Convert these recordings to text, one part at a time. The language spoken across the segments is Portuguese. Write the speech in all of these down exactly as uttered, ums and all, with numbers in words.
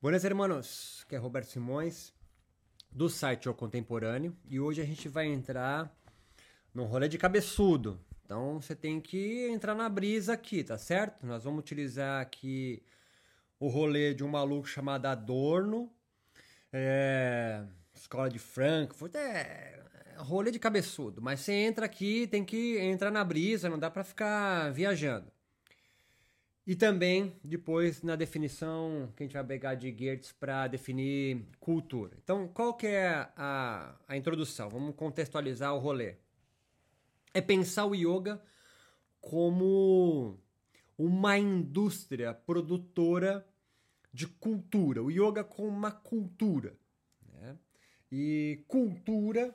Buenas, hermanos, que é Roberto Simões, do site O Contemporâneo, e hoje a gente vai entrar num rolê de cabeçudo. Então você tem que entrar na brisa aqui, tá certo? Nós vamos utilizar aqui o rolê de um maluco chamado Adorno, é, escola de Frankfurt, é, é rolê de cabeçudo, mas você entra aqui, tem que entrar na brisa, não dá pra ficar viajando. E também, depois, na definição que a gente vai pegar de Geertz para definir cultura. Então, qual que é a, a introdução? Vamos contextualizar o rolê. É pensar o yoga como uma indústria produtora de cultura. O yoga como uma cultura, né? E cultura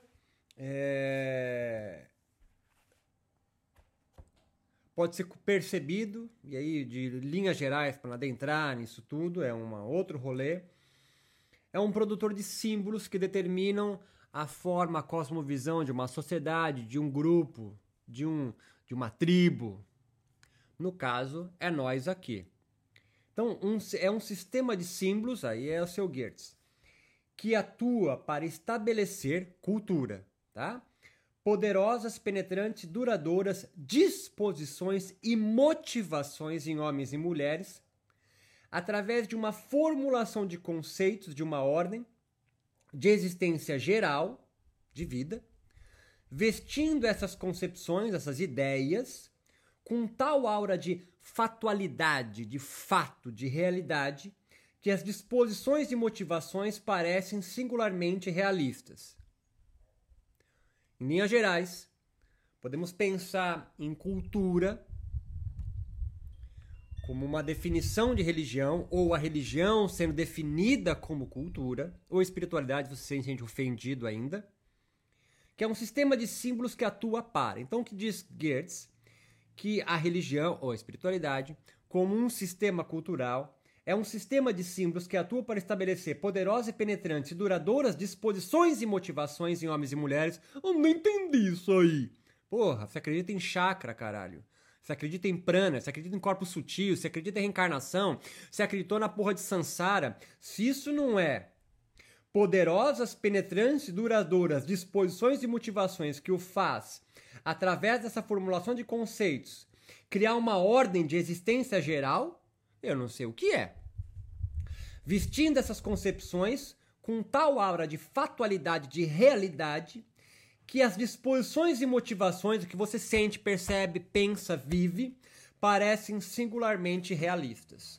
é... pode ser percebido, e aí de linhas gerais, para adentrar nisso tudo, é um outro rolê. É um produtor de símbolos que determinam a forma, a cosmovisão de uma sociedade, de um grupo, de, um, de uma tribo. No caso, é nós aqui. Então, um, é um sistema de símbolos, aí é o seu Geertz, que atua para estabelecer cultura, tá? Poderosas, penetrantes, duradouras disposições e motivações em homens e mulheres, através de uma formulação de conceitos de uma ordem de existência geral, de vida, vestindo essas concepções, essas ideias, com tal aura de fatualidade, de fato, de realidade, que as disposições e motivações parecem singularmente realistas. Em linhas gerais, podemos pensar em cultura como uma definição de religião, ou a religião sendo definida como cultura, ou espiritualidade, se você se sente ofendido ainda, que é um sistema de símbolos que atua para. Então, o que diz Geertz? Que a religião, ou a espiritualidade, como um sistema cultural, é um sistema de símbolos que atua para estabelecer poderosas e penetrantes e duradouras disposições e motivações em homens e mulheres. Eu não entendi isso aí. Porra, você acredita em chakra, caralho. Você acredita em prana, você acredita em corpo sutil, você acredita em reencarnação, você acreditou na porra de Sansara. Se isso não é poderosas, penetrantes e duradouras disposições e motivações que o faz, através dessa formulação de conceitos, criar uma ordem de existência geral, eu não sei o que é. Vestindo essas concepções com tal aura de fatualidade, de realidade, que as disposições e motivações, o que você sente, percebe, pensa, vive, parecem singularmente realistas.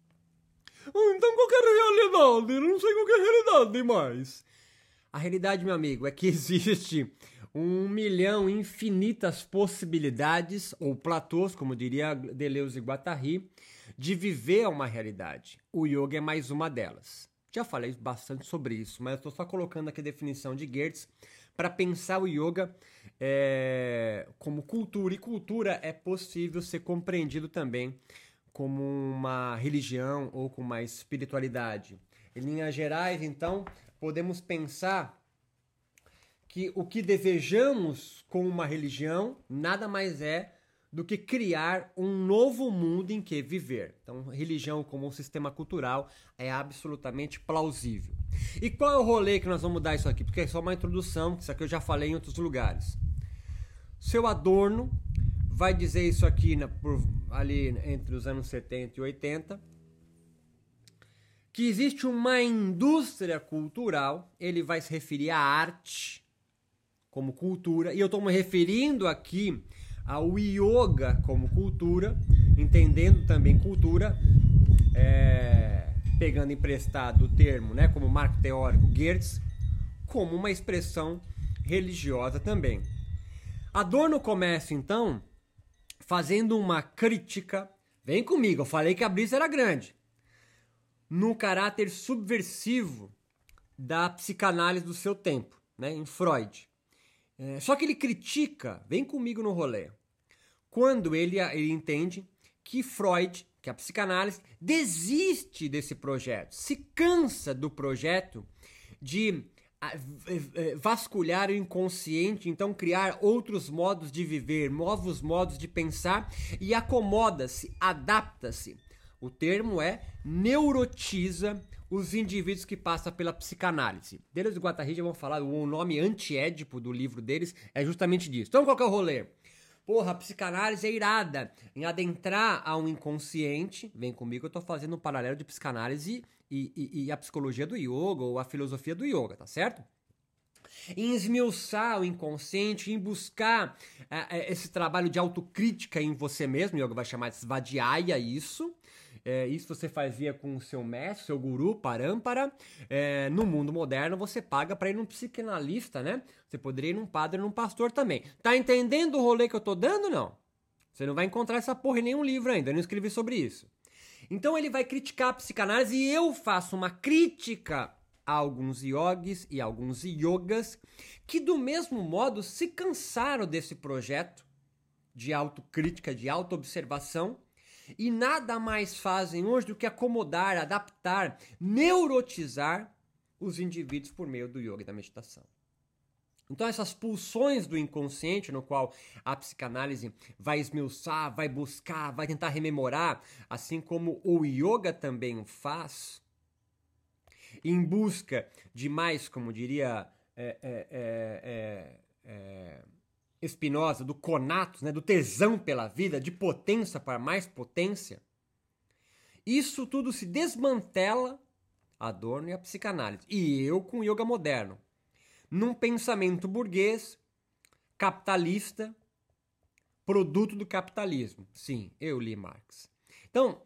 Ah, então qual que é a realidade? Eu não sei qual que é a realidade mais. A realidade, meu amigo, é que existe um milhão infinitas possibilidades, ou platôs, como diria Deleuze e Guattari, de viver uma realidade. O yoga é mais uma delas. Já falei bastante sobre isso, mas eu estou só colocando aqui a definição de Geertz para pensar o yoga é, como cultura. E cultura é possível ser compreendido também como uma religião ou como uma espiritualidade. Em linhas gerais, então, podemos pensar que o que desejamos com uma religião nada mais é do que criar um novo mundo em que viver. Então, religião como um sistema cultural é absolutamente plausível. E qual é o rolê que nós vamos dar isso aqui? Porque é só uma introdução, isso aqui eu já falei em outros lugares. Seu Adorno vai dizer isso aqui na, por, ali entre os anos setenta e oitenta, que existe uma indústria cultural, ele vai se referir à arte como cultura, e eu estou me referindo aqui ao yoga como cultura, entendendo também cultura, é, pegando emprestado o termo, né, como marco teórico Geertz, como uma expressão religiosa também. Adorno começa, então, fazendo uma crítica, vem comigo, eu falei que a brisa era grande, no caráter subversivo da psicanálise do seu tempo, né, em Freud. É, só que ele critica, vem comigo no rolê, quando ele, ele entende que Freud, que a psicanálise, desiste desse projeto, se cansa do projeto de vasculhar o inconsciente, então criar outros modos de viver, novos modos de pensar, e acomoda-se, adapta-se O termo é neurotiza os indivíduos que passam pela psicanálise. Deleuze e Guattari já vão falar, o nome antiédipo do livro deles é justamente disso. Então qual que é o rolê? Porra, a psicanálise é irada em adentrar a um inconsciente. Vem comigo, eu tô fazendo um paralelo de psicanálise e, e, e a psicologia do yoga ou a filosofia do yoga, tá certo? Em esmiuçar o inconsciente, em buscar uh, esse trabalho de autocrítica em você mesmo, o yoga vai chamar de svadhyaya isso. É, isso você fazia com o seu mestre, seu guru, Parampara. É, no mundo moderno você paga para ir num psicanalista, né? Você poderia ir num padre, num pastor também. Tá entendendo o rolê que eu tô dando, não? Você não vai encontrar essa porra em nenhum livro ainda, eu não escrevi sobre isso. Então ele vai criticar a psicanálise e eu faço uma crítica a alguns yogis e alguns yogas que do mesmo modo se cansaram desse projeto de autocrítica, de autoobservação e nada mais fazem hoje do que acomodar, adaptar, neurotizar os indivíduos por meio do yoga e da meditação. Então essas pulsões do inconsciente no qual a psicanálise vai esmiuçar, vai buscar, vai tentar rememorar, assim como o yoga também o faz, em busca de mais, como diria é, é, é, é, é, Spinoza, do conatos, né, do tesão pela vida, de potência para mais potência, isso tudo se desmantela, Adorno e a psicanálise. E eu com o yoga moderno, num pensamento burguês, capitalista, produto do capitalismo. Sim, eu li Marx. Então,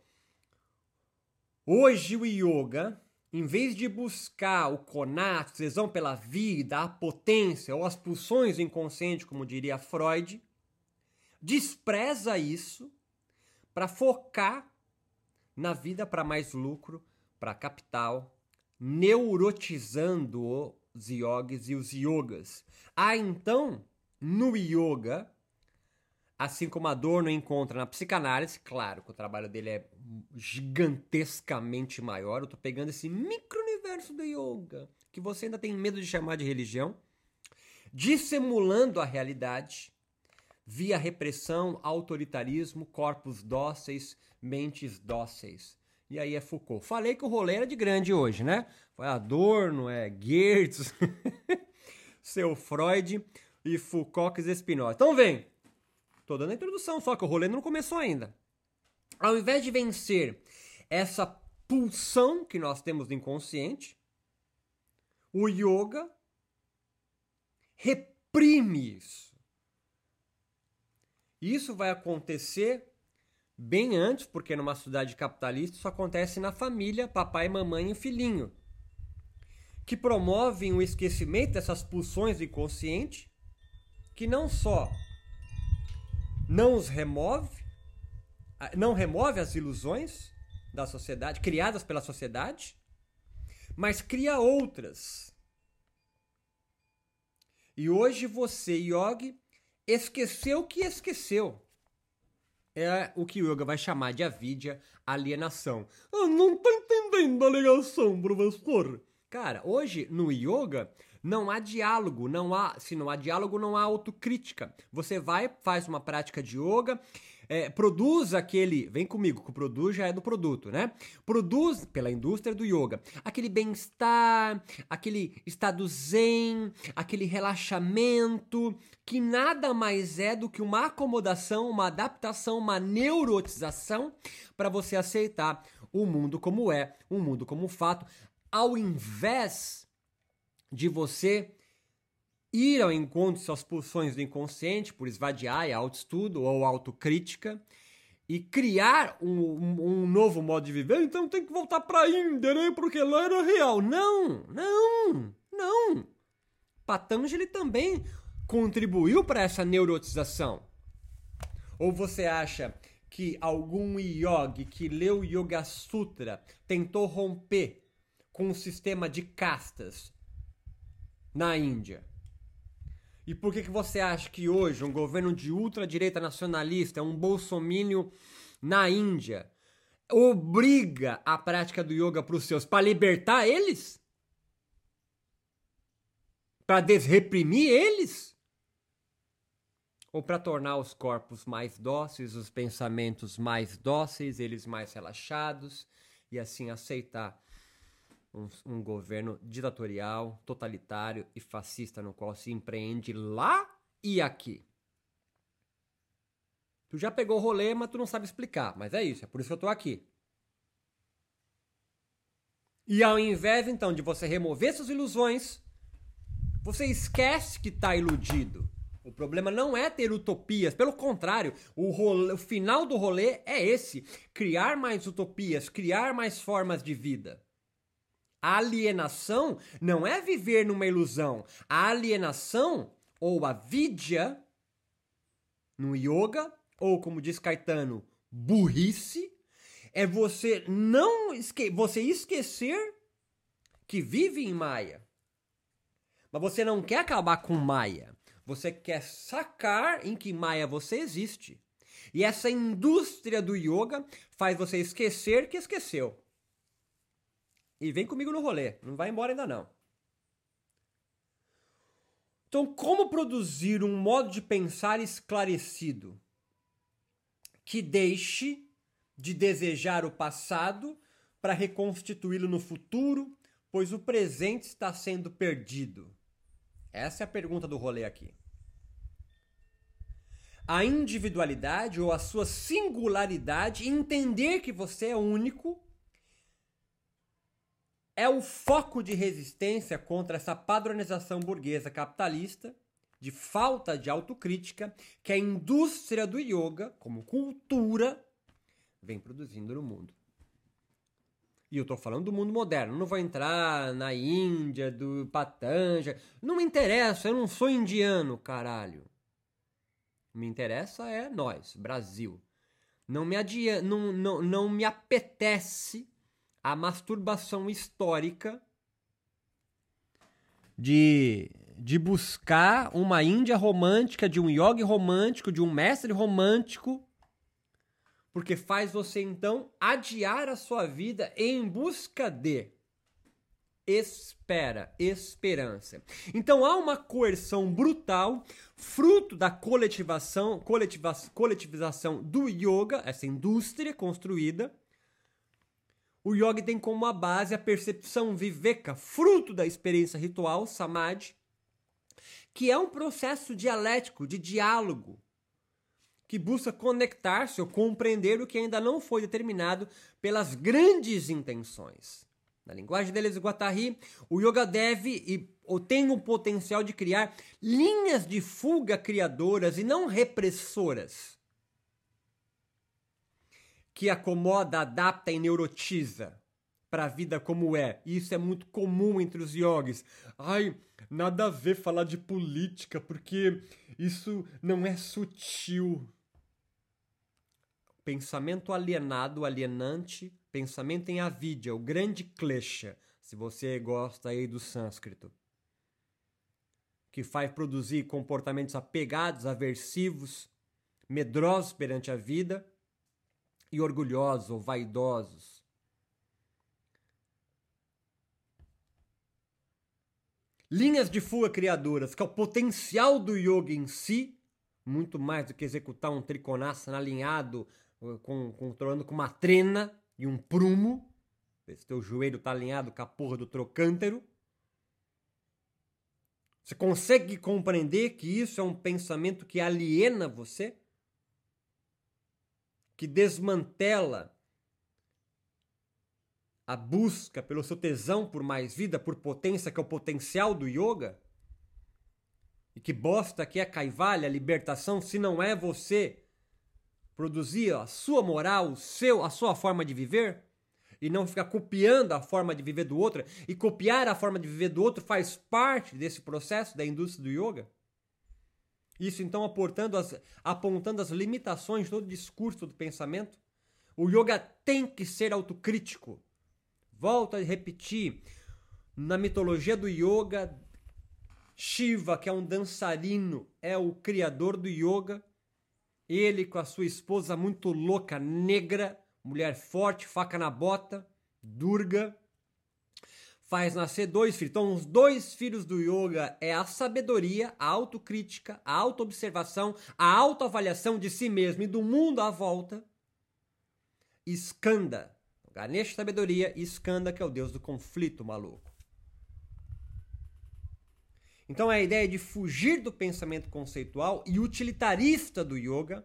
hoje o yoga, em vez de buscar o conato, tesão pela vida, a potência ou as pulsões do inconsciente, como diria Freud, despreza isso para focar na vida para mais lucro, para capital, neurotizando os yogis e os yogas. Ah, então, no yoga, assim como Adorno encontra na psicanálise, claro que o trabalho dele é gigantescamente maior, eu tô pegando esse micro-universo do yoga, que você ainda tem medo de chamar de religião, dissimulando a realidade, via repressão, autoritarismo, corpos dóceis, mentes dóceis. E aí é Foucault. Falei que o rolê era de grande hoje, né? Foi Adorno, é Geertz, seu Freud e Foucault e Spinoza. Então vem! Tô dando a introdução, só que o rolê não começou ainda. Ao invés de vencer essa pulsão que nós temos do inconsciente, o yoga reprime isso. Isso vai acontecer bem antes, porque numa sociedade capitalista isso acontece na família, papai, mamãe e filhinho, que promovem o esquecimento dessas pulsões do inconsciente, que não só não os remove, não remove as ilusões da sociedade, criadas pela sociedade, mas cria outras. E hoje você, yogi, esqueceu que esqueceu. É o que o yoga vai chamar de avidya, alienação. Ah, não tá entendendo a ligação, professor? Cara, hoje no yoga não há diálogo, não há, se não há diálogo, não há autocrítica. Você vai, faz uma prática de yoga, é, produz aquele, vem comigo, que o produz já é do produto, né? Produz, pela indústria do yoga, aquele bem-estar, aquele estado zen, aquele relaxamento, que nada mais é do que uma acomodação, uma adaptação, uma neurotização para você aceitar o mundo como é, o mundo como fato, ao invés de você ir ao encontro de suas pulsões do inconsciente, por svadhyaya, autoestudo ou autocrítica, e criar um, um, um novo modo de viver, então tem que voltar para a Índia, né? Porque lá era real. Não, não, não. Patanjali também contribuiu para essa neurotização. Ou você acha que algum yogi que leu o Yoga Sutra tentou romper com o sistema de castas na Índia? E por que que você acha que hoje um governo de ultradireita nacionalista, um bolsomínio na Índia, obriga a prática do yoga para os seus, para libertar eles? Para desreprimir eles? ou para tornar os corpos mais dóceis, os pensamentos mais dóceis, eles mais relaxados, e assim aceitar um, um governo ditatorial, totalitário e fascista no qual se empreende lá e aqui. Tu já pegou o rolê, mas tu não sabe explicar, mas é isso, é por isso que eu tô aqui. E ao invés, então, de você remover suas ilusões, você esquece que está iludido. O problema não é ter utopias, pelo contrário, o, rolê, o final do rolê é esse: criar mais utopias, criar mais formas de vida. A alienação não é viver numa ilusão. A alienação, ou a vidya, no yoga, ou como diz Caetano, burrice, é você não esque- você esquecer que vive em Maya. Mas você não quer acabar com Maya. Você quer sacar em que Maya você existe. E essa indústria do yoga faz você esquecer que esqueceu. E vem comigo no rolê. Não vai embora ainda não. Então, como produzir um modo de pensar esclarecido que deixe de desejar o passado para reconstituí-lo no futuro, pois o presente está sendo perdido? Essa é a pergunta do rolê aqui. A individualidade ou a sua singularidade, entender que você é único, é o foco de resistência contra essa padronização burguesa capitalista, de falta de autocrítica, que a indústria do yoga, como cultura, vem produzindo no mundo. E eu tô falando do mundo moderno, não vou entrar na Índia, do Patanjali, não me interessa, eu não sou indiano, caralho. Me interessa é nós, Brasil. Não me, adia, não, não, não me apetece a masturbação histórica de, de buscar uma Índia romântica, de um yogi romântico, de um mestre romântico, porque faz você, então, adiar a sua vida em busca de espera, esperança. Então, há uma coerção brutal, fruto da coletivação, coletiva, coletivização do yoga, essa indústria construída. O yoga tem como a base a percepção viveka, fruto da experiência ritual, samadhi, que é um processo dialético, de diálogo, que busca conectar-se ou compreender o que ainda não foi determinado pelas grandes intenções. Na linguagem deles, Guattari, o yoga deve e ou tem o potencial de criar linhas de fuga criadoras e não repressoras, que acomoda, adapta e neurotiza para a vida como é. E isso é muito comum entre os yogis. Ai, nada a ver falar de política, porque isso não é sutil. Pensamento alienado, alienante, pensamento em avidya, o grande klesha, se você gosta aí do sânscrito, que faz produzir comportamentos apegados, aversivos, medrosos perante a vida e orgulhosos ou vaidosos. Linhas de fuga criadoras, que é o potencial do yoga em si, muito mais do que executar um trikonasana alinhado, com, controlando com uma trena e um prumo. Se teu joelho está alinhado com a porra do trocântero. Você consegue compreender que isso é um pensamento que aliena você? Que desmantela a busca pelo seu tesão por mais vida, por potência, que é o potencial do yoga? E que bosta que é Kaivalya, a libertação, se não é você produzir a sua moral, o seu, a sua forma de viver, e não ficar copiando a forma de viver do outro, e copiar a forma de viver do outro faz parte desse processo da indústria do yoga? Isso então apontando as, apontando as limitações de todo o discurso do pensamento. O yoga tem que ser autocrítico. Volto a repetir, na mitologia do yoga, Shiva, que é um dançarino, é o criador do yoga. Ele com a sua esposa muito louca, negra, mulher forte, faca na bota, Durga, faz nascer dois filhos. Então, os dois filhos do yoga é a sabedoria, a autocrítica, a autoobservação, a autoavaliação de si mesmo e do mundo à volta. Skanda, Ganesha, sabedoria, e Skanda, que é o deus do conflito maluco. Então, a ideia de fugir do pensamento conceitual e utilitarista do yoga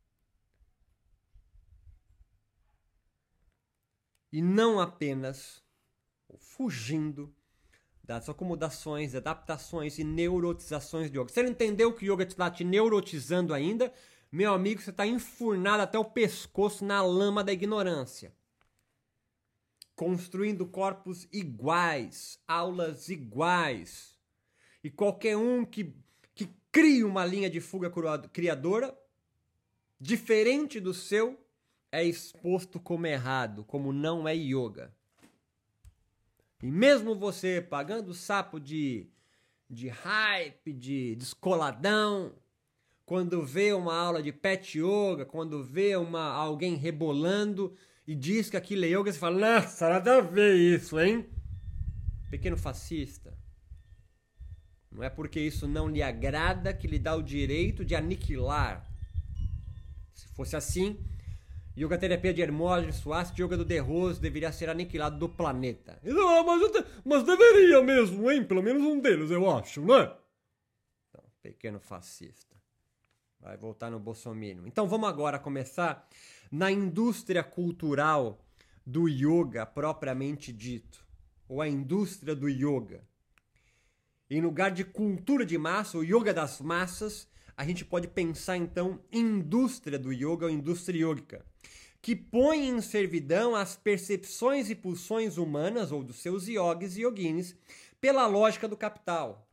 e não apenas fugindo das acomodações, adaptações e neurotizações do yoga. Você não entendeu que o yoga está te neurotizando ainda? Meu amigo, você está enfurnado até o pescoço na lama da ignorância. Construindo corpos iguais, aulas iguais. E qualquer um que, que crie uma linha de fuga criadora, diferente do seu, é exposto como errado, como não é yoga. E mesmo você pagando sapo de, de hype, de descoladão, quando vê uma aula de pet yoga, quando vê uma, alguém rebolando e diz que aquilo é yoga, você fala, nossa, nada a ver isso, hein? Pequeno fascista. Não é porque isso não lhe agrada que lhe dá o direito de aniquilar. Se fosse assim, yoga terapia de Hermógenes, Swastika, yoga do De Rose deveria ser aniquilado do planeta. Não, mas, te... mas deveria mesmo, hein? Pelo menos um deles, eu acho, não é? Então, pequeno fascista. Vai voltar no bolsominion. Então vamos agora começar na indústria cultural do yoga propriamente dito. Ou a indústria do yoga. Em lugar de cultura de massa, o yoga das massas, a gente pode pensar então em indústria do yoga ou indústria yogica, que põe em servidão as percepções e pulsões humanas ou dos seus yogis e yoginis pela lógica do capital.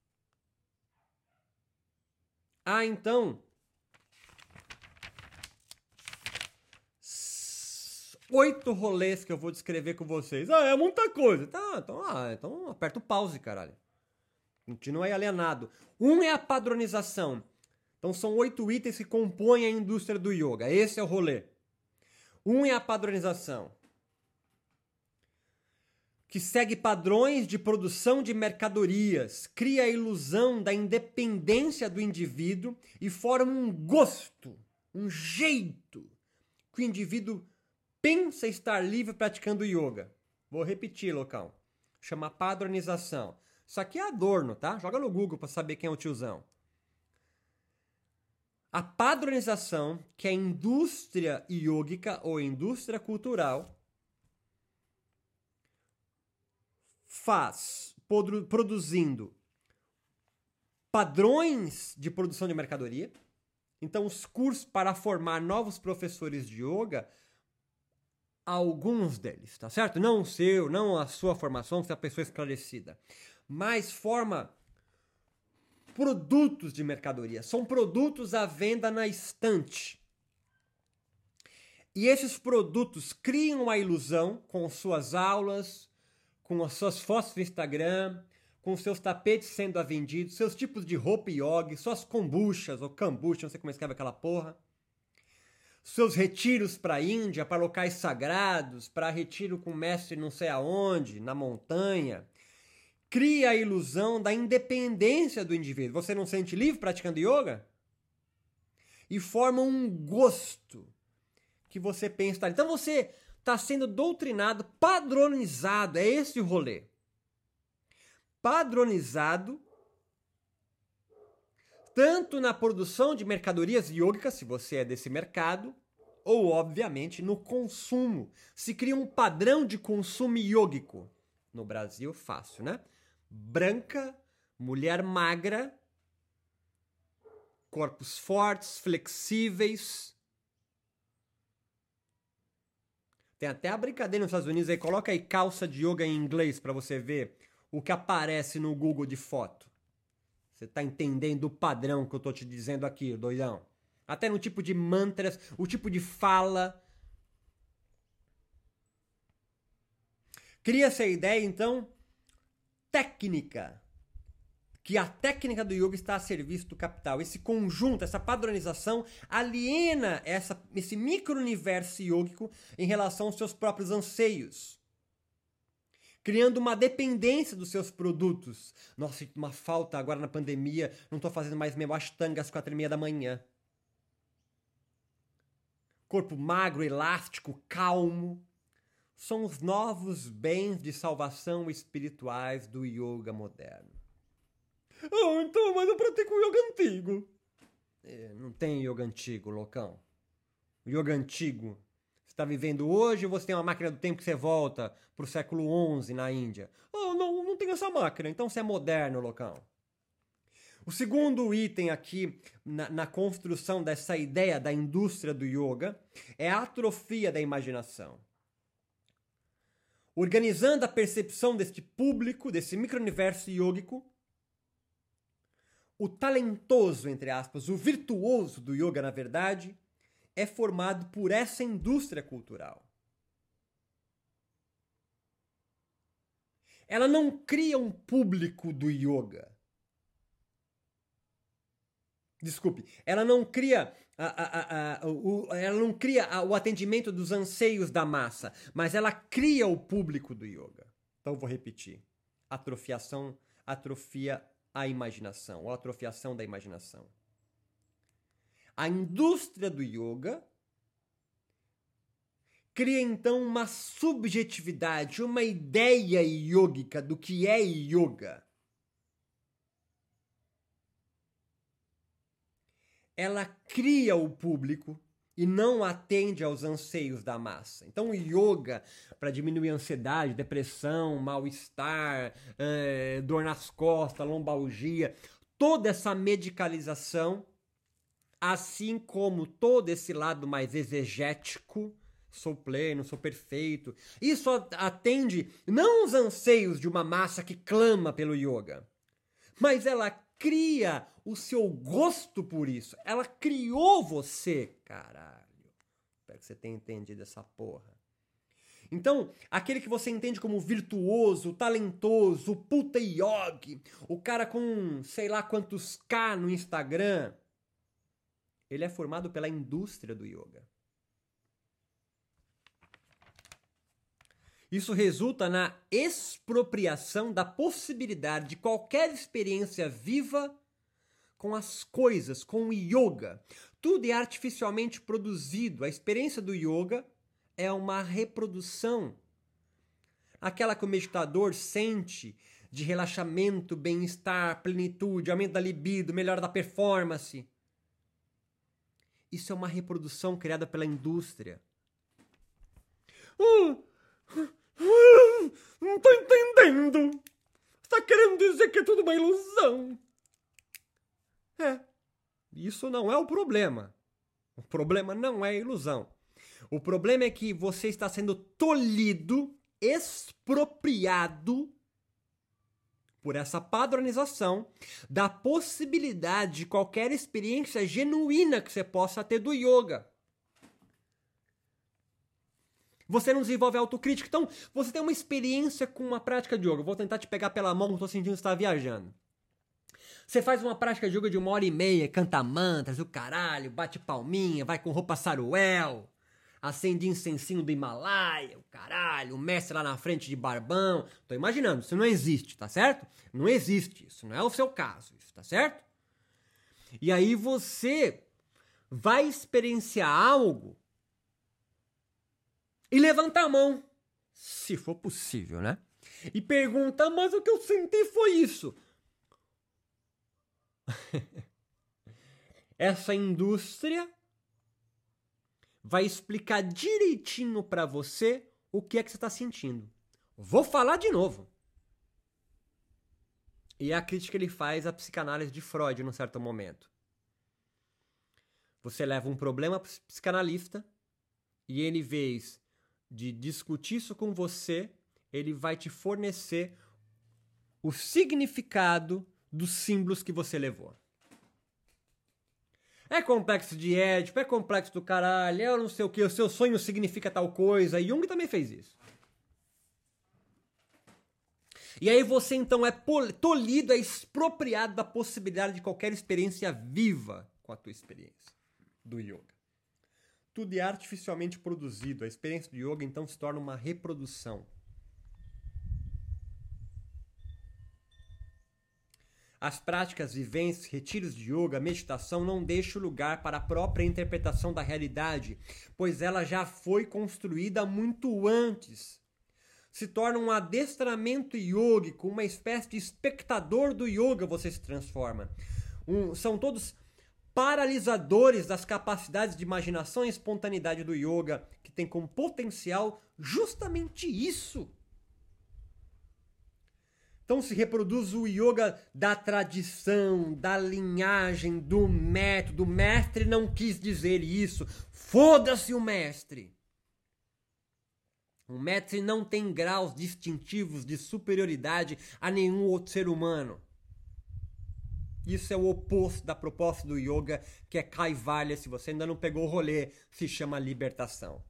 Há então oito rolês que eu vou descrever com vocês. Ah, é muita coisa. Tá, então, ah, então aperta o pause, caralho. Continua aí alienado. Um é a padronização. Então são oito itens que compõem a indústria do yoga. Esse é o rolê. Um é a padronização, que segue padrões de produção de mercadorias, cria a ilusão da independência do indivíduo e forma um gosto, um jeito que o indivíduo pensa estar livre praticando yoga. Vou repetir, local. Chama padronização. Isso aqui é Adorno, tá? Joga no Google para saber quem é o tiozão. A padronização, que é a indústria yógica ou indústria cultural, faz produzindo padrões de produção de mercadoria. Então, os cursos para formar novos professores de yoga, alguns deles, tá certo? Não o seu, não a sua formação, se é a pessoa esclarecida. Mas forma produtos de mercadoria. São produtos à venda na estante. E esses produtos criam a ilusão com suas aulas, com as suas fotos no Instagram, com seus tapetes sendo vendidos, seus tipos de roupa yoga, suas kombuchas ou kombucha, não sei como escreve aquela porra. Seus retiros para a Índia, para locais sagrados, para retiro com mestre não sei aonde, na montanha. Cria a ilusão da independência do indivíduo. Você não se sente livre praticando yoga? E forma um gosto que você pensa. Então você está sendo doutrinado, padronizado. É esse o rolê. Padronizado tanto na produção de mercadorias yógicas, se você é desse mercado, ou, obviamente, no consumo. Se cria um padrão de consumo yógico. No Brasil, fácil, né? Branca, mulher magra, corpos fortes, flexíveis. Tem até a brincadeira nos Estados Unidos aí, coloca aí calça de yoga em inglês para você ver o que aparece no Google de foto. Você tá entendendo o padrão que eu tô te dizendo aqui, doidão? Até no tipo de mantras, o tipo de fala. Cria-se a ideia, então, técnica. Que a técnica do yoga está a serviço do capital. Esse conjunto, essa padronização, aliena essa, esse micro-universo yógico em relação aos seus próprios anseios. criando uma dependência dos seus produtos. Nossa, sinto uma falta agora na pandemia, não estou fazendo mais meu ashtanga às quatro e meia da manhã. Corpo magro, elástico, calmo, são os novos bens de salvação espirituais do yoga moderno. Ah, então, mas eu pratico o yoga antigo. É, não tem yoga antigo, loucão. O yoga antigo, você está vivendo hoje ou você tem uma máquina do tempo que você volta para o século onze na Índia? Ah, não, não tem essa máquina, então você é moderno, loucão. O segundo item aqui na, na construção dessa ideia da indústria do yoga é a atrofia da imaginação. Organizando a percepção deste público, desse micro-universo yógico, o talentoso, entre aspas, o virtuoso do yoga, na verdade, é formado por essa indústria cultural. Ela não cria um público do yoga. Desculpe, ela não cria, a, a, a, o, ela não cria o atendimento dos anseios da massa, mas ela cria o público do yoga. Então vou repetir. Atrofiação, atrofia a imaginação, ou atrofiação da imaginação. A indústria do yoga cria então uma subjetividade, uma ideia yógica do que é yoga. Ela cria o público e não atende aos anseios da massa. Então o yoga, para diminuir a ansiedade, depressão, mal-estar, é, dor nas costas, lombalgia, toda essa medicalização, assim como todo esse lado mais exegético, sou pleno, sou perfeito, isso atende não os anseios de uma massa que clama pelo yoga, mas ela cria o seu gosto por isso. Ela criou você, caralho. Espero que você tenha entendido essa porra. Então, aquele que você entende como virtuoso, talentoso, puta yogi, o cara com sei lá quantos K no Instagram, ele é formado pela indústria do yoga. Isso resulta na expropriação da possibilidade de qualquer experiência viva com as coisas, com o yoga. Tudo é artificialmente produzido. A experiência do yoga é uma reprodução. Aquela que o meditador sente de relaxamento, bem-estar, plenitude, aumento da libido, melhora da performance. Isso é uma reprodução criada pela indústria. Uh, uh, não tô entendendo. Você tá querendo dizer que é tudo uma ilusão? É, isso não é o problema. O problema não é a ilusão. O problema é que você está sendo tolhido, expropriado por essa padronização da possibilidade de qualquer experiência genuína que você possa ter do yoga. Você não desenvolve autocrítica. Então, você tem uma experiência com uma prática de yoga. Eu vou tentar te pegar pela mão, estou sentindo que você está viajando. Você faz uma prática de yoga de uma hora e meia, canta mantras, o caralho, bate palminha, vai com roupa saruel, acende incensinho do Himalaia, o caralho, o mestre lá na frente de barbão. Tô imaginando, isso não existe, tá certo? Não existe, isso não é o seu caso, isso, tá certo? E aí você vai experienciar algo e levanta a mão, se for possível, né? E pergunta, mas o que eu senti foi isso. Essa indústria vai explicar direitinho para você o que é que você está sentindo. Vou falar de novo. E é a crítica que ele faz à psicanálise de Freud num certo momento. Você leva um problema para o psicanalista e ele, em vez de discutir isso com você, ele vai te fornecer o significado dos símbolos que você levou. É complexo de Édipo, é complexo do caralho, é não sei o que, o seu sonho significa tal coisa. E Jung também fez isso. E aí você então é tolhido, é expropriado da possibilidade de qualquer experiência viva com a tua experiência do yoga. Tudo é artificialmente produzido. A experiência do yoga então se torna uma reprodução. As práticas, vivências, retiros de yoga, meditação não deixam lugar para a própria interpretação da realidade, pois ela já foi construída muito antes. Se torna um adestramento yógico, uma espécie de espectador do yoga você se transforma. Um, são todos paralisadores das capacidades de imaginação e espontaneidade do yoga, que tem como potencial justamente isso. Então se reproduz o yoga da tradição, da linhagem, do método. O mestre não quis dizer isso. Foda-se o mestre. O mestre não tem graus distintivos de superioridade a nenhum outro ser humano. Isso é o oposto da proposta do yoga, que é Kaivalya. Se você ainda não pegou o rolê, se chama libertação.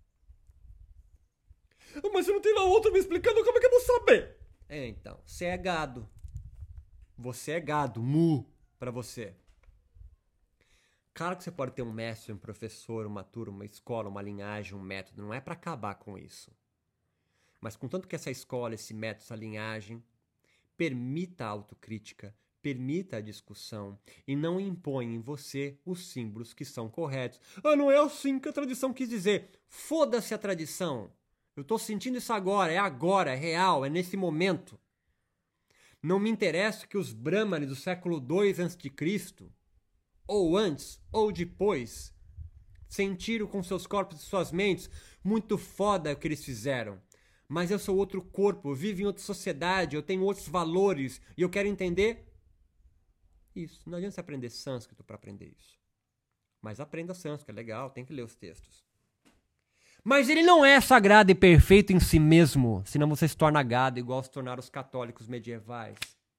Mas eu não tenho a outra me explicando, como é que eu vou saber? É, então, você é gado. Você é gado, mu, pra você. Claro que você pode ter um mestre, um professor, uma turma, uma escola, uma linhagem, um método. Não é pra acabar com isso. Mas contanto que essa escola, esse método, essa linhagem permita a autocrítica, permita a discussão e não impõe em você os símbolos que são corretos. Ah, não é assim que a tradição quis dizer. Foda-se a tradição. Eu estou sentindo isso agora, é agora, é real, é nesse momento. Não me interessa que os brahmanes do século dois antes de Cristo, ou antes, ou depois, sentiram com seus corpos e suas mentes muito foda o que eles fizeram. Mas eu sou outro corpo, eu vivo em outra sociedade, eu tenho outros valores, e eu quero entender isso. Não adianta você aprender sânscrito para aprender isso. Mas aprenda sânscrito, é legal, tem que ler os textos. Mas ele não é sagrado e perfeito em si mesmo, senão você se torna gado, igual se tornaram os católicos medievais,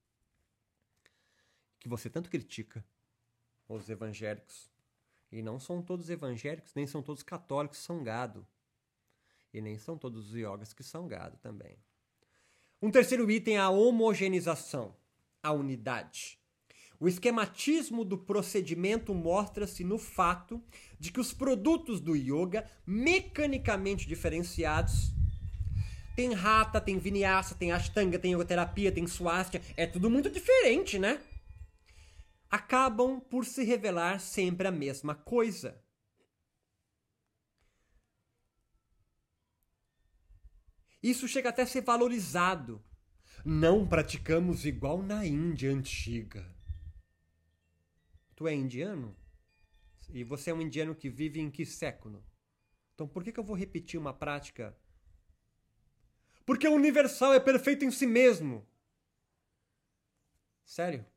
que você tanto critica, os evangélicos. E não são todos evangélicos, nem são todos católicos que são gado. E nem são todos os yogas que são gado também. Um terceiro item é a homogeneização, a unidade. O esquematismo do procedimento mostra-se no fato de que os produtos do yoga, mecanicamente diferenciados, tem hatha, tem vinyasa, tem ashtanga, tem yogoterapia, tem swastika, é tudo muito diferente, né? Acabam por se revelar sempre a mesma coisa. Isso chega até a ser valorizado. Não praticamos igual na Índia antiga. Tu é indiano? E você é um indiano que vive em que século? Então por que que eu vou repetir uma prática? Porque o universal é perfeito em si mesmo. Sério?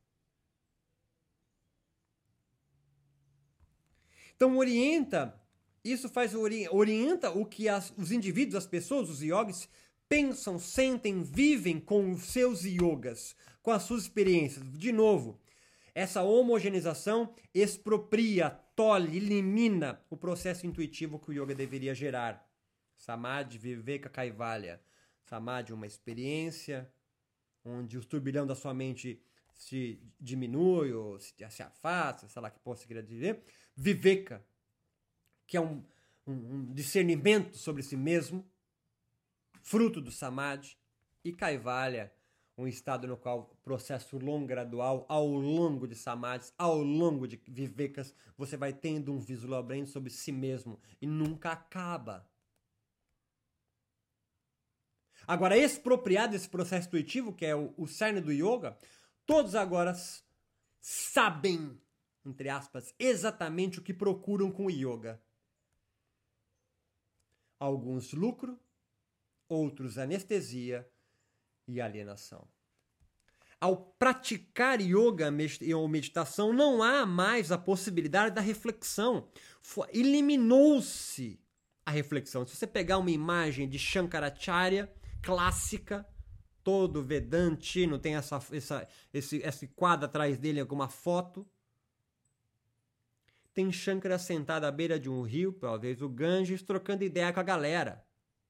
Então orienta, isso faz orienta o que as, os indivíduos, as pessoas, os yogis, pensam, sentem, vivem com os seus yogas, com as suas experiências. De novo, essa homogeneização expropria, tolhe, elimina o processo intuitivo que o yoga deveria gerar. Samadhi, Viveka, Kaivalya. Samadhi, uma experiência onde o turbilhão da sua mente se diminui ou se, se afasta, sei lá que possa querer dizer. Viveka, que é um, um, um discernimento sobre si mesmo, fruto do Samadhi. E Kaivalya, um estado no qual o processo longo, gradual, ao longo de samadhis, ao longo de vivekas, você vai tendo um vislumbrando sobre si mesmo e nunca acaba. Agora, expropriado desse processo intuitivo, que é o, o cerne do yoga, todos agora sabem, entre aspas, exatamente o que procuram com o yoga. Alguns lucro, outros anestesia e alienação. Ao praticar yoga ou meditação, não há mais a possibilidade da reflexão. Eliminou-se a reflexão. Se você pegar uma imagem de Shankaracharya clássica, todo Vedantino tem essa, essa, esse, esse quadro atrás dele, alguma foto. Tem Shankara sentado à beira de um rio, talvez o Ganges, trocando ideia com a galera.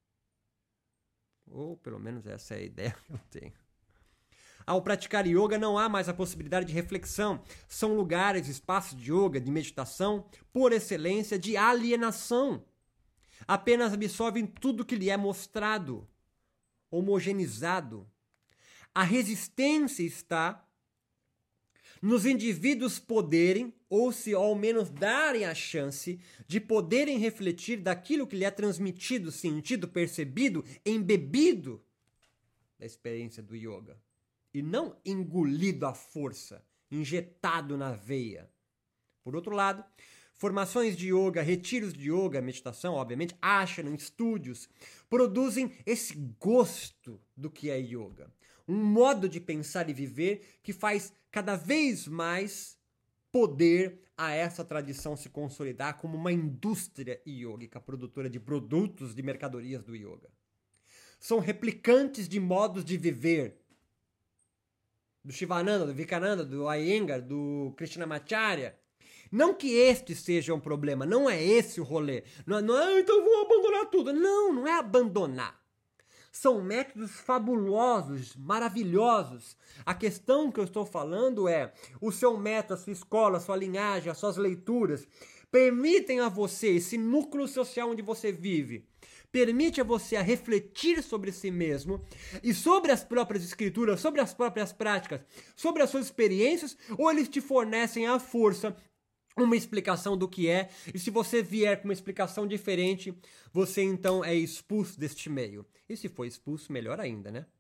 Ou pelo menos essa é a ideia que eu tenho. Ao praticar yoga não há mais a possibilidade de reflexão. São lugares, espaços de yoga, de meditação, por excelência, de alienação. Apenas absorvem tudo que lhe é mostrado, homogeneizado. A resistência está nos indivíduos poderem, ou se ao menos darem a chance, de poderem refletir daquilo que lhe é transmitido, sentido, percebido, embebido da experiência do yoga. E não engolido à força, injetado na veia. Por outro lado, formações de yoga, retiros de yoga, meditação, obviamente, ashram, estúdios, produzem esse gosto do que é yoga. Um modo de pensar e viver que faz cada vez mais poder a essa tradição se consolidar como uma indústria yógica, produtora de produtos, de mercadorias do yoga. São replicantes de modos de viver do Shivananda, do Vivekananda, do Iyengar, do Krishnamacharya. Não que este seja um problema, não é esse o rolê. Não é, não é, então vou abandonar tudo. Não, não é abandonar. São métodos fabulosos, maravilhosos. A questão que eu estou falando é, o seu método, a sua escola, a sua linhagem, as suas leituras, permitem a você, esse núcleo social onde você vive, permite a você a refletir sobre si mesmo e sobre as próprias escrituras, sobre as próprias práticas, sobre as suas experiências, ou eles te fornecem à força uma explicação do que é, e se você vier com uma explicação diferente, você então é expulso deste meio. E se for expulso, melhor ainda, né?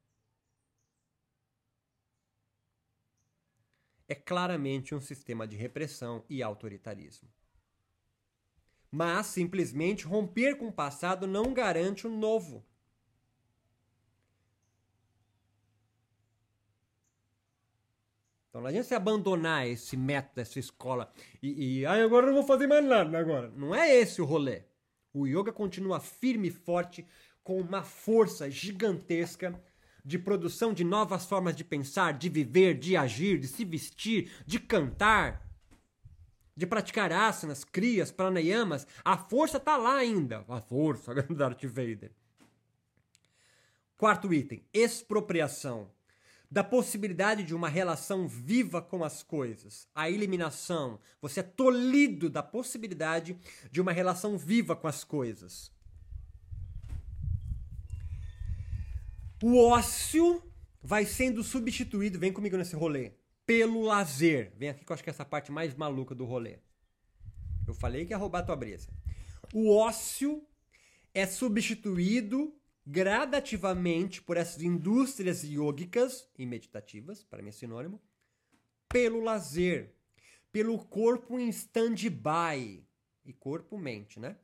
É claramente um sistema de repressão e autoritarismo. Mas, simplesmente, romper com o passado não garante o novo. Então não adianta você abandonar esse método, essa escola e, e ah, agora eu não vou fazer mais nada agora. Não é esse o rolê. O yoga continua firme e forte, com uma força gigantesca de produção de novas formas de pensar, de viver, de agir, de se vestir, de cantar, de praticar asanas, kriyas, pranayamas. A força está lá ainda. A força, Darth Vader. Quarto item, expropriação. Da possibilidade de uma relação viva com as coisas. A eliminação. Você é tolhido da possibilidade de uma relação viva com as coisas. O ócio vai sendo substituído, vem comigo nesse rolê, pelo lazer. Vem aqui que eu acho que é essa parte mais maluca do rolê. Eu falei que ia roubar a tua brisa. O ócio é substituído gradativamente por essas indústrias yógicas e meditativas, para mim é sinônimo, pelo lazer, pelo corpo em stand-by. E corpo-mente, né?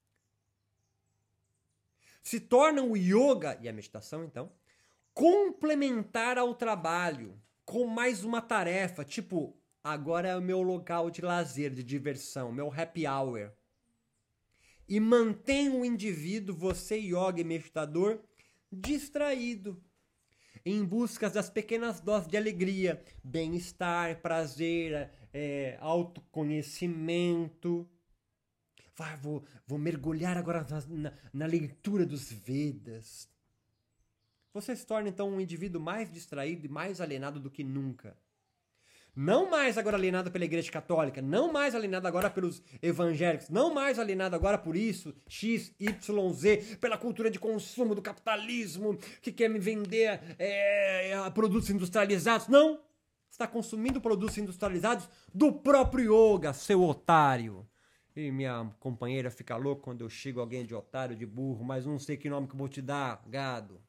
Se torna o yoga e a meditação, então, complementar ao trabalho, com mais uma tarefa, tipo, agora é o meu local de lazer, de diversão, meu happy hour. E mantém o indivíduo, você yoga e meditador, distraído, em busca das pequenas doses de alegria, bem-estar, prazer, é, autoconhecimento. Vai, vou, vou mergulhar agora na, na, na leitura dos Vedas. Você se torna então um indivíduo mais distraído e mais alienado do que nunca. Não mais agora alienado pela Igreja Católica, não mais alienado agora pelos evangélicos, não mais alienado agora por isso, X, Y, Z, pela cultura de consumo do capitalismo, que quer me vender é, produtos industrializados. Não! Você está consumindo produtos industrializados do próprio yoga, seu otário. E minha companheira fica louca quando eu chego alguém de otário, de burro, mas não sei que nome que eu vou te dar, gado.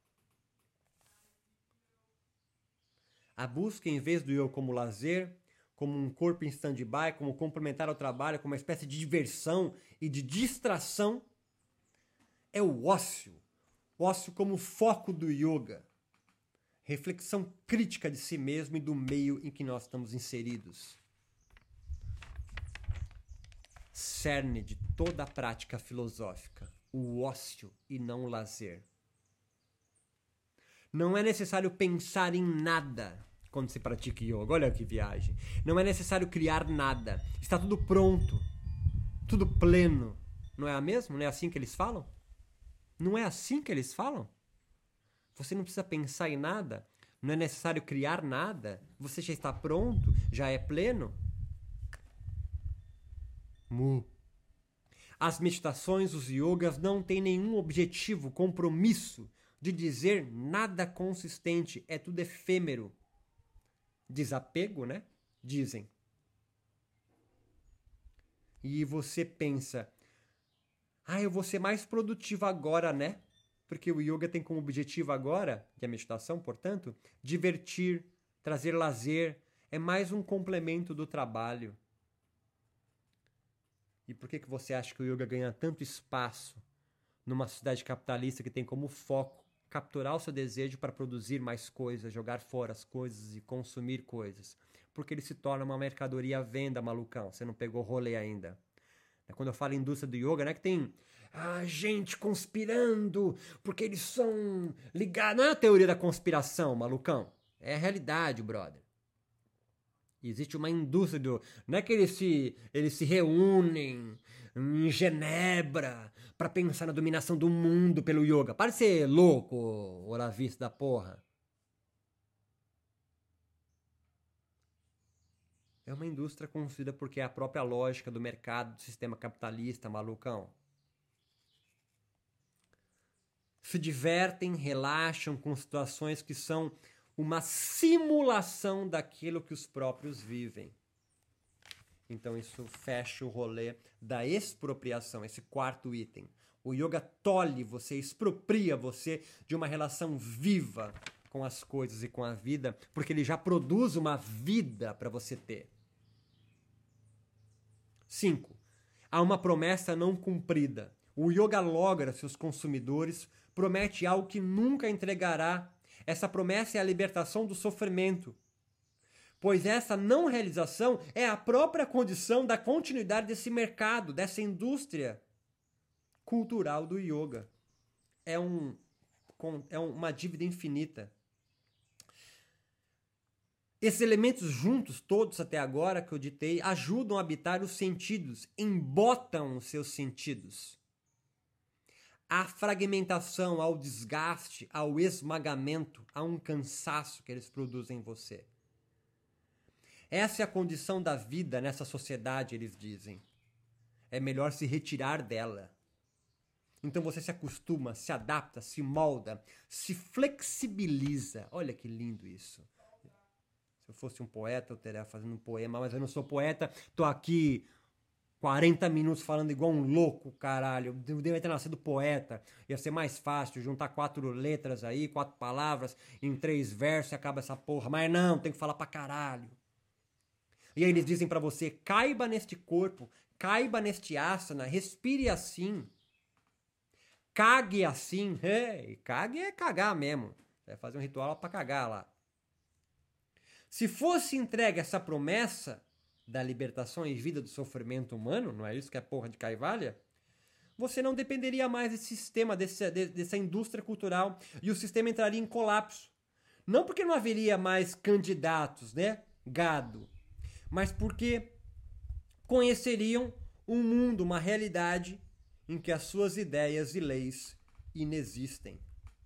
A busca, em vez do eu como lazer, como um corpo em stand-by, como complementar ao trabalho, como uma espécie de diversão e de distração, é o ócio. O ócio como foco do yoga. Reflexão crítica de si mesmo e do meio em que nós estamos inseridos. Cerne de toda a prática filosófica. O ócio e não o lazer. Não é necessário pensar em nada quando se pratica yoga. Olha que viagem. Não é necessário criar nada. Está tudo pronto. Tudo pleno. Não é mesmo? Não é assim que eles falam? Não é assim que eles falam? Você não precisa pensar em nada. Não é necessário criar nada. Você já está pronto. Já é pleno. Mu. As meditações, os yogas não têm nenhum objetivo, compromisso de dizer nada consistente, é tudo efêmero. desapego, né? Dizem. E você pensa, ah, eu vou ser mais produtivo agora, né? Porque o yoga tem como objetivo agora, e a meditação, portanto, divertir, trazer lazer, é mais um complemento do trabalho. E por que que você acha que o yoga ganha tanto espaço numa sociedade capitalista que tem como foco capturar o seu desejo para produzir mais coisas, jogar fora as coisas e consumir coisas? Porque ele se torna uma mercadoria à venda, malucão. Você não pegou rolê ainda. Quando eu falo indústria do yoga, não é que tem ah, gente conspirando porque eles são ligados. Não é a teoria da conspiração, malucão. É a realidade, brother. Existe uma indústria do... Não é que eles se, eles se reúnem em Genebra para pensar na dominação do mundo pelo yoga. Para de ser louco, olavista da porra. É uma indústria construída porque é a própria lógica do mercado, do sistema capitalista, malucão. Se divertem, relaxam com situações que são uma simulação daquilo que os próprios vivem. Então isso fecha o rolê da expropriação, esse quarto item. O yoga tolhe você, expropria você de uma relação viva com as coisas e com a vida, porque ele já produz uma vida para você ter. cinco. Há uma promessa não cumprida. O yoga logra seus consumidores, promete algo que nunca entregará. Essa promessa é a libertação do sofrimento, pois essa não realização é a própria condição da continuidade desse mercado, dessa indústria cultural do yoga. É, um, é uma dívida infinita. Esses elementos juntos, todos até agora que eu ditei, ajudam a habitar os sentidos, embotam os seus sentidos. À fragmentação, ao desgaste, ao esmagamento, a um cansaço que eles produzem em você. Essa é a condição da vida nessa sociedade, eles dizem. É melhor se retirar dela. Então você se acostuma, se adapta, se molda, se flexibiliza. Olha que lindo isso. Se eu fosse um poeta, eu estaria fazendo um poema, mas eu não sou poeta, tô aqui quarenta minutos falando igual um louco, caralho. Eu deveria ter nascido poeta. Ia ser mais fácil juntar quatro letras aí, quatro palavras em três versos e acaba essa porra. Mas não, tem que falar pra caralho. E aí eles dizem pra você, caiba neste corpo, caiba neste asana, respire assim. Cague assim. Hey, cague é cagar mesmo. Vai fazer um ritual pra cagar lá. Se fosse entregue essa promessa da libertação e vida do sofrimento humano, não é isso que é porra de Kaivalya? Você não dependeria mais desse sistema, desse, dessa indústria cultural, e o sistema entraria em colapso. Não porque não haveria mais candidatos, né? Gado. Mas porque conheceriam um mundo, uma realidade em que as suas ideias e leis inexistem.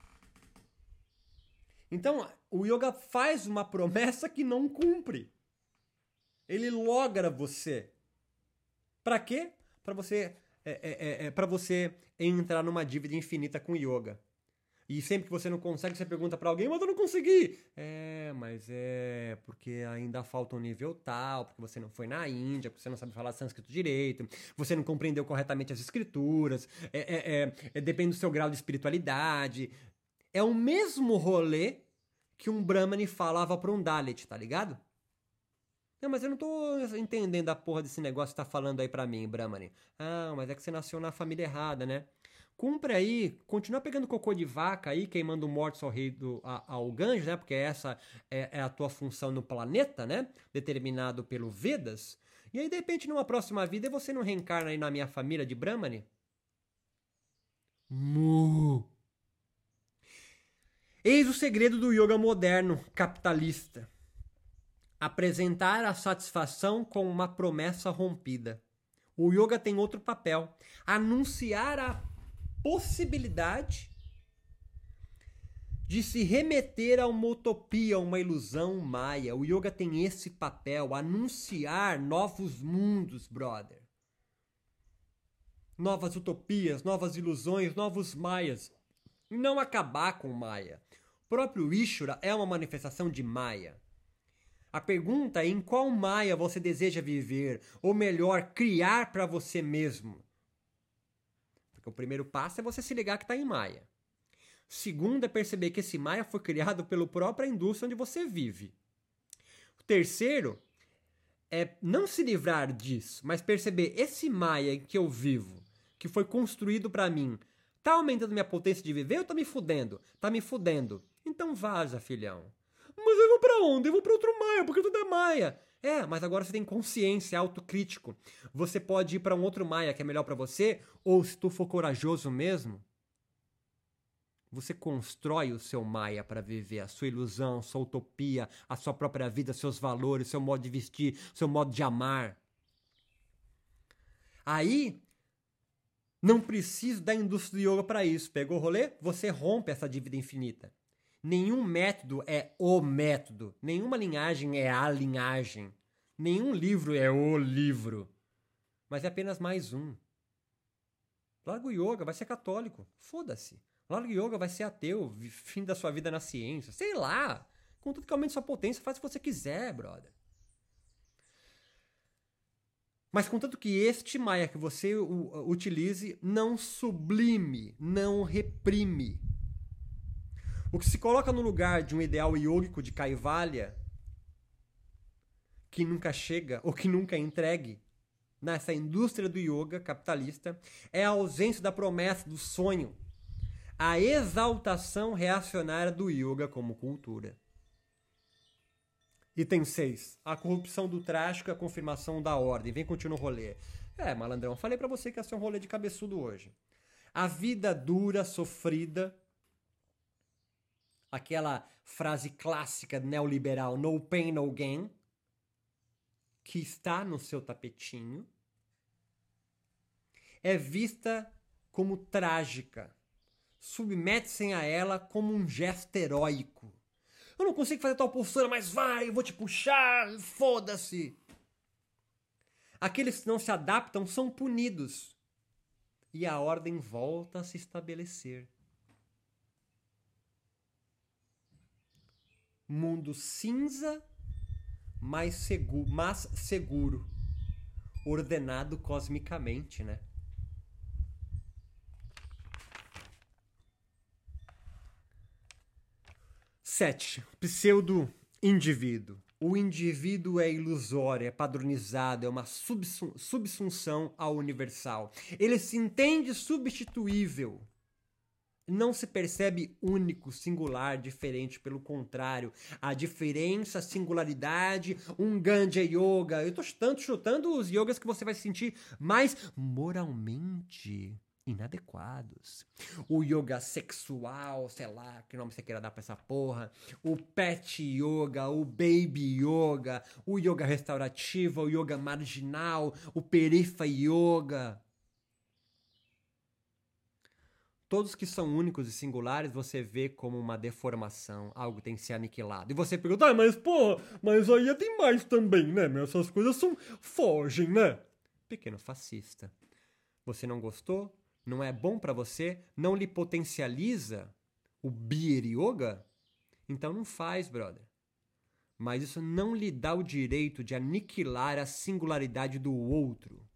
Então, o yoga faz uma promessa que não cumpre. Ele logra você. Para quê? Para você, é, é, é, para você entrar numa dívida infinita com o yoga. E sempre que você não consegue, você pergunta para alguém, mas eu não consegui. É, mas é porque ainda falta um nível tal, porque você não foi na Índia, porque você não sabe falar sânscrito direito, você não compreendeu corretamente as escrituras, é, é, é, é, depende do seu grau de espiritualidade. É o mesmo rolê que um Brahmane falava para um Dalit, tá ligado? Não, mas eu não tô entendendo a porra desse negócio que tá falando aí pra mim, Brahmane. Ah, mas é que você nasceu na família errada, né? Cumpre aí, continua pegando cocô de vaca aí, queimando mortos ao rei do, a, ao Ganges, né? Porque essa é, é a tua função no planeta, né? Determinado pelo Vedas. E aí, de repente, numa próxima vida, você não reencarna aí na minha família de Brahmane? Mu! Eis o segredo do yoga moderno, capitalista. Apresentar a satisfação com uma promessa rompida. O yoga tem outro papel. Anunciar a possibilidade de se remeter a uma utopia, uma ilusão maia. O yoga tem esse papel. Anunciar novos mundos, brother. Novas utopias, novas ilusões, novos maias. E não acabar com Maya. O próprio Ishvara é uma manifestação de Maya. A pergunta é em qual Maya você deseja viver, ou melhor, criar para você mesmo. Porque o primeiro passo é você se ligar que está em Maya. Segundo é perceber que esse Maya foi criado pela própria indústria onde você vive. O terceiro é não se livrar disso, mas perceber esse Maya em que eu vivo, que foi construído para mim, tá aumentando minha potência de viver ou tá me fudendo? Tá me fudendo. Então vaza, filhão. Mas eu vou pra onde? Eu vou pra outro Maia, porque tudo é Maia. É, mas agora você tem consciência, autocrítico. Você pode ir pra um outro Maia que é melhor pra você, ou se tu for corajoso mesmo, você constrói o seu Maia para viver a sua ilusão, sua utopia, a sua própria vida, seus valores, seu modo de vestir, seu modo de amar. Aí, não preciso da indústria do yoga para isso. Pegou o rolê? Você rompe essa dívida infinita. Nenhum método é o método. Nenhuma linhagem é a linhagem. Nenhum livro é o livro. Mas é apenas mais um. Larga o yoga, vai ser católico. Foda-se. Larga o yoga, vai ser ateu. Fim da sua vida na ciência. Sei lá. Contanto que aumente sua potência, faz o que você quiser, brother. Mas contanto que este Maya que você utilize não sublime, não reprime. O que se coloca no lugar de um ideal iógico de Kaivalya, que nunca chega ou que nunca é entregue nessa indústria do yoga capitalista, é a ausência da promessa do sonho, a exaltação reacionária do yoga como cultura. Item seis. A corrupção do trágico e a confirmação da ordem. Vem continuar o rolê. É, malandrão, falei pra você que ia ser um rolê de cabeçudo hoje. A vida dura, sofrida, aquela frase clássica neoliberal, no pain, no gain, que está no seu tapetinho, é vista como trágica. Submete-se a ela como um gesto heróico. Eu não consigo fazer tal postura, mas vai, eu vou te puxar, foda-se. Aqueles que não se adaptam são punidos. E a ordem volta a se estabelecer. Mundo cinza, mas seguro, mas seguro. Ordenado cosmicamente, né? Sete. Pseudo-indivíduo. O indivíduo é ilusório, é padronizado, é uma subsunção ao universal. Ele se entende substituível. Não se percebe único, singular, diferente. Pelo contrário, a diferença, a singularidade, um Ganja Yoga. Eu tô chutando, chutando os yogas que você vai se sentir mais moralmente inadequados. O yoga sexual, sei lá, que nome você queira dar pra essa porra. O pet yoga, o baby yoga, o yoga restaurativo, o yoga marginal, o perifa yoga. Todos que são únicos e singulares você vê como uma deformação, algo tem que ser aniquilado. E você pergunta, ah, mas porra, mas aí tem mais também, né? Essas coisas são, fogem, né? Pequeno fascista. Você não gostou? Não é bom pra você? Não lhe potencializa o Beer Yoga? Então não faz, brother. Mas isso não lhe dá o direito de aniquilar a singularidade do outro.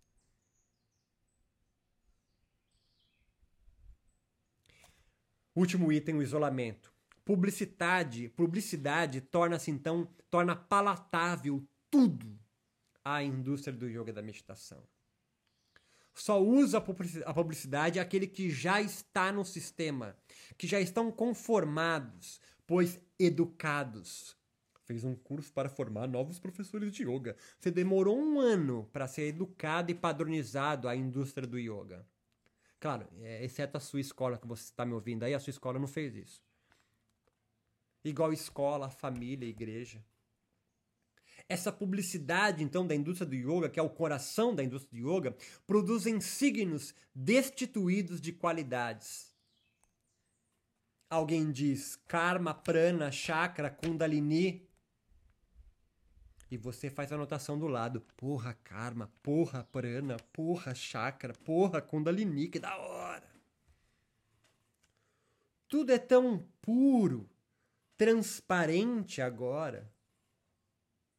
Último item, o isolamento. Publicidade, publicidade torna-se então, torna palatável tudo à indústria do yoga e da meditação. Só usa a publicidade aquele que já está no sistema, que já estão conformados, pois educados. Fez um curso para formar novos professores de yoga. Você demorou um ano para ser educado e padronizado à indústria do yoga. Claro, exceto a sua escola que você está me ouvindo aí, a sua escola não fez isso. Igual escola, família, igreja. Essa publicidade, então, da indústria do yoga, que é o coração da indústria do yoga, produzem signos destituídos de qualidades. Alguém diz karma, prana, chakra, kundalini. E você faz a anotação do lado. Porra, karma, porra, prana, porra, chakra, porra, kundalini, que da hora. Tudo é tão puro, transparente agora.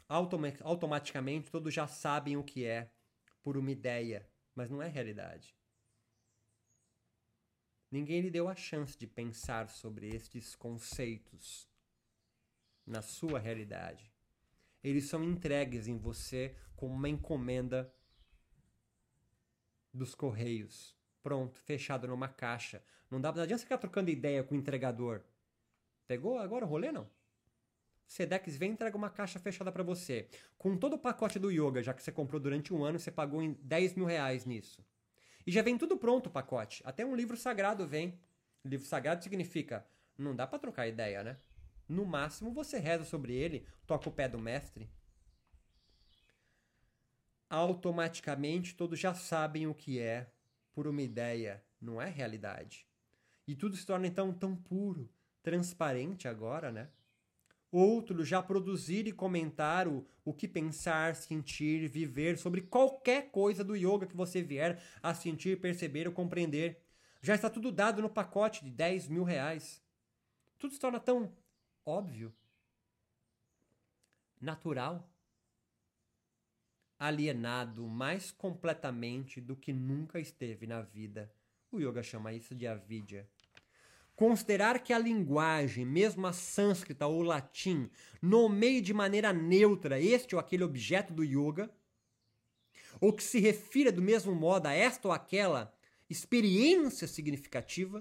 automa automaticamente todos já sabem o que é por uma ideia, mas não é realidade. Ninguém lhe deu a chance de pensar sobre estes conceitos na sua realidade. Eles são entregues em você como uma encomenda dos correios. Pronto, fechado numa caixa. Não dá, não adianta você ficar trocando ideia com o entregador. Pegou agora o rolê, não? Sedex vem e entrega uma caixa fechada para você. Com todo o pacote do yoga, já que você comprou durante um ano, você pagou em dez mil reais nisso. E já vem tudo pronto o pacote. Até um livro sagrado vem. Livro sagrado significa, não dá para trocar ideia, né? No máximo você reza sobre ele, toca o pé do mestre. Automaticamente todos já sabem o que é por uma ideia, não é realidade. E tudo se torna então tão puro, transparente agora, né? Outros já produzir e comentar o, o que pensar, sentir, viver sobre qualquer coisa do yoga que você vier a sentir, perceber ou compreender. Já está tudo dado no pacote de dez mil reais. Tudo se torna tão óbvio, natural, alienado mais completamente do que nunca esteve na vida. O yoga chama isso de avidya. Considerar que a linguagem, mesmo a sânscrita ou o latim, nomeie de maneira neutra este ou aquele objeto do yoga, ou que se refira do mesmo modo a esta ou aquela experiência significativa,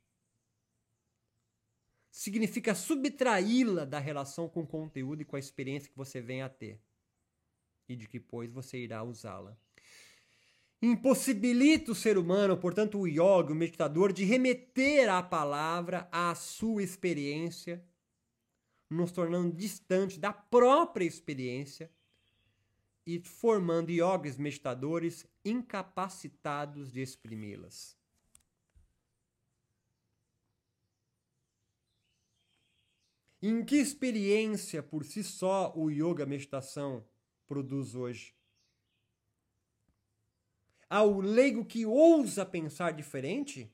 significa subtraí-la da relação com o conteúdo e com a experiência que você vem a ter, e de que depois você irá usá-la. Impossibilita o ser humano, portanto o yoga, o meditador, de remeter a palavra à sua experiência, nos tornando distantes da própria experiência e formando yogis meditadores incapacitados de exprimi-las. Em que experiência por si só o yoga, a meditação, produz hoje? Ao leigo que ousa pensar diferente,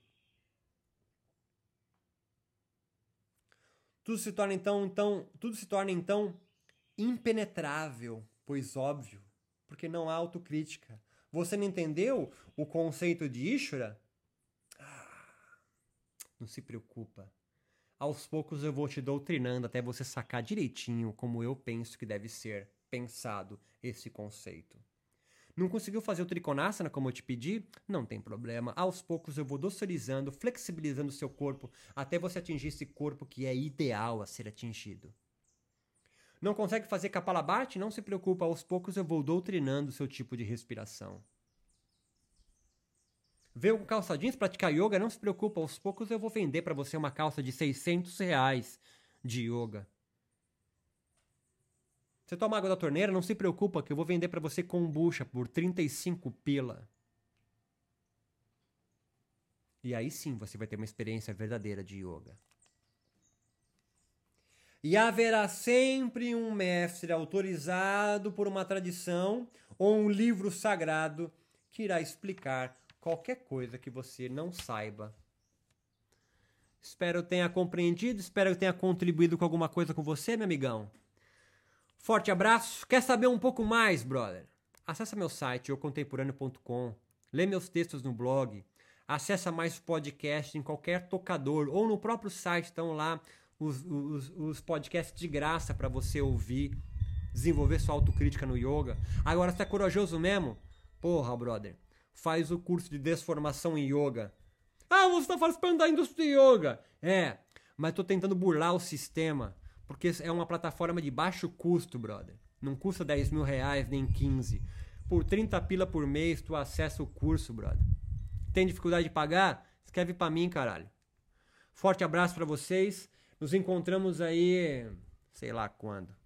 tudo se torna então, então, tudo se torna então impenetrável, pois óbvio, porque não há autocrítica. Você não entendeu o conceito de Ishvara? Ah, não se preocupa. Aos poucos eu vou te doutrinando até você sacar direitinho como eu penso que deve ser pensado esse conceito. Não conseguiu fazer o Trikonasana como eu te pedi? Não tem problema. Aos poucos eu vou docilizando, flexibilizando o seu corpo até você atingir esse corpo que é ideal a ser atingido. Não consegue fazer Kapalabhati? Não se preocupa. Aos poucos eu vou doutrinando o seu tipo de respiração. Veio com calça jeans praticar yoga? Não se preocupa. Aos poucos eu vou vender para você uma calça de seiscentos reais de yoga. Você toma água da torneira, não se preocupa que eu vou vender para você kombucha por trinta e cinco pila. E aí sim você vai ter uma experiência verdadeira de yoga. E haverá sempre um mestre autorizado por uma tradição ou um livro sagrado que irá explicar qualquer coisa que você não saiba. Espero que eu tenha compreendido, espero que eu tenha contribuído com alguma coisa com você, meu amigão. Forte abraço. Quer saber um pouco mais, brother? Acesse meu site, eu contemporâneo ponto com. Lê meus textos no blog. Acesse mais podcast em qualquer tocador. Ou no próprio site estão lá os, os, os podcasts de graça para você ouvir. Desenvolver sua autocrítica no yoga. Agora, você é corajoso mesmo? Porra, brother. Faz o curso de desformação em yoga. Ah, você está participando da indústria de yoga. É, mas estou tentando burlar o sistema. Porque é uma plataforma de baixo custo, brother. Não custa dez mil reais, nem quinze. Por trinta pila por mês, tu acessa o curso, brother. Tem dificuldade de pagar? Escreve pra mim, caralho. Forte abraço pra vocês. Nos encontramos aí, sei lá quando.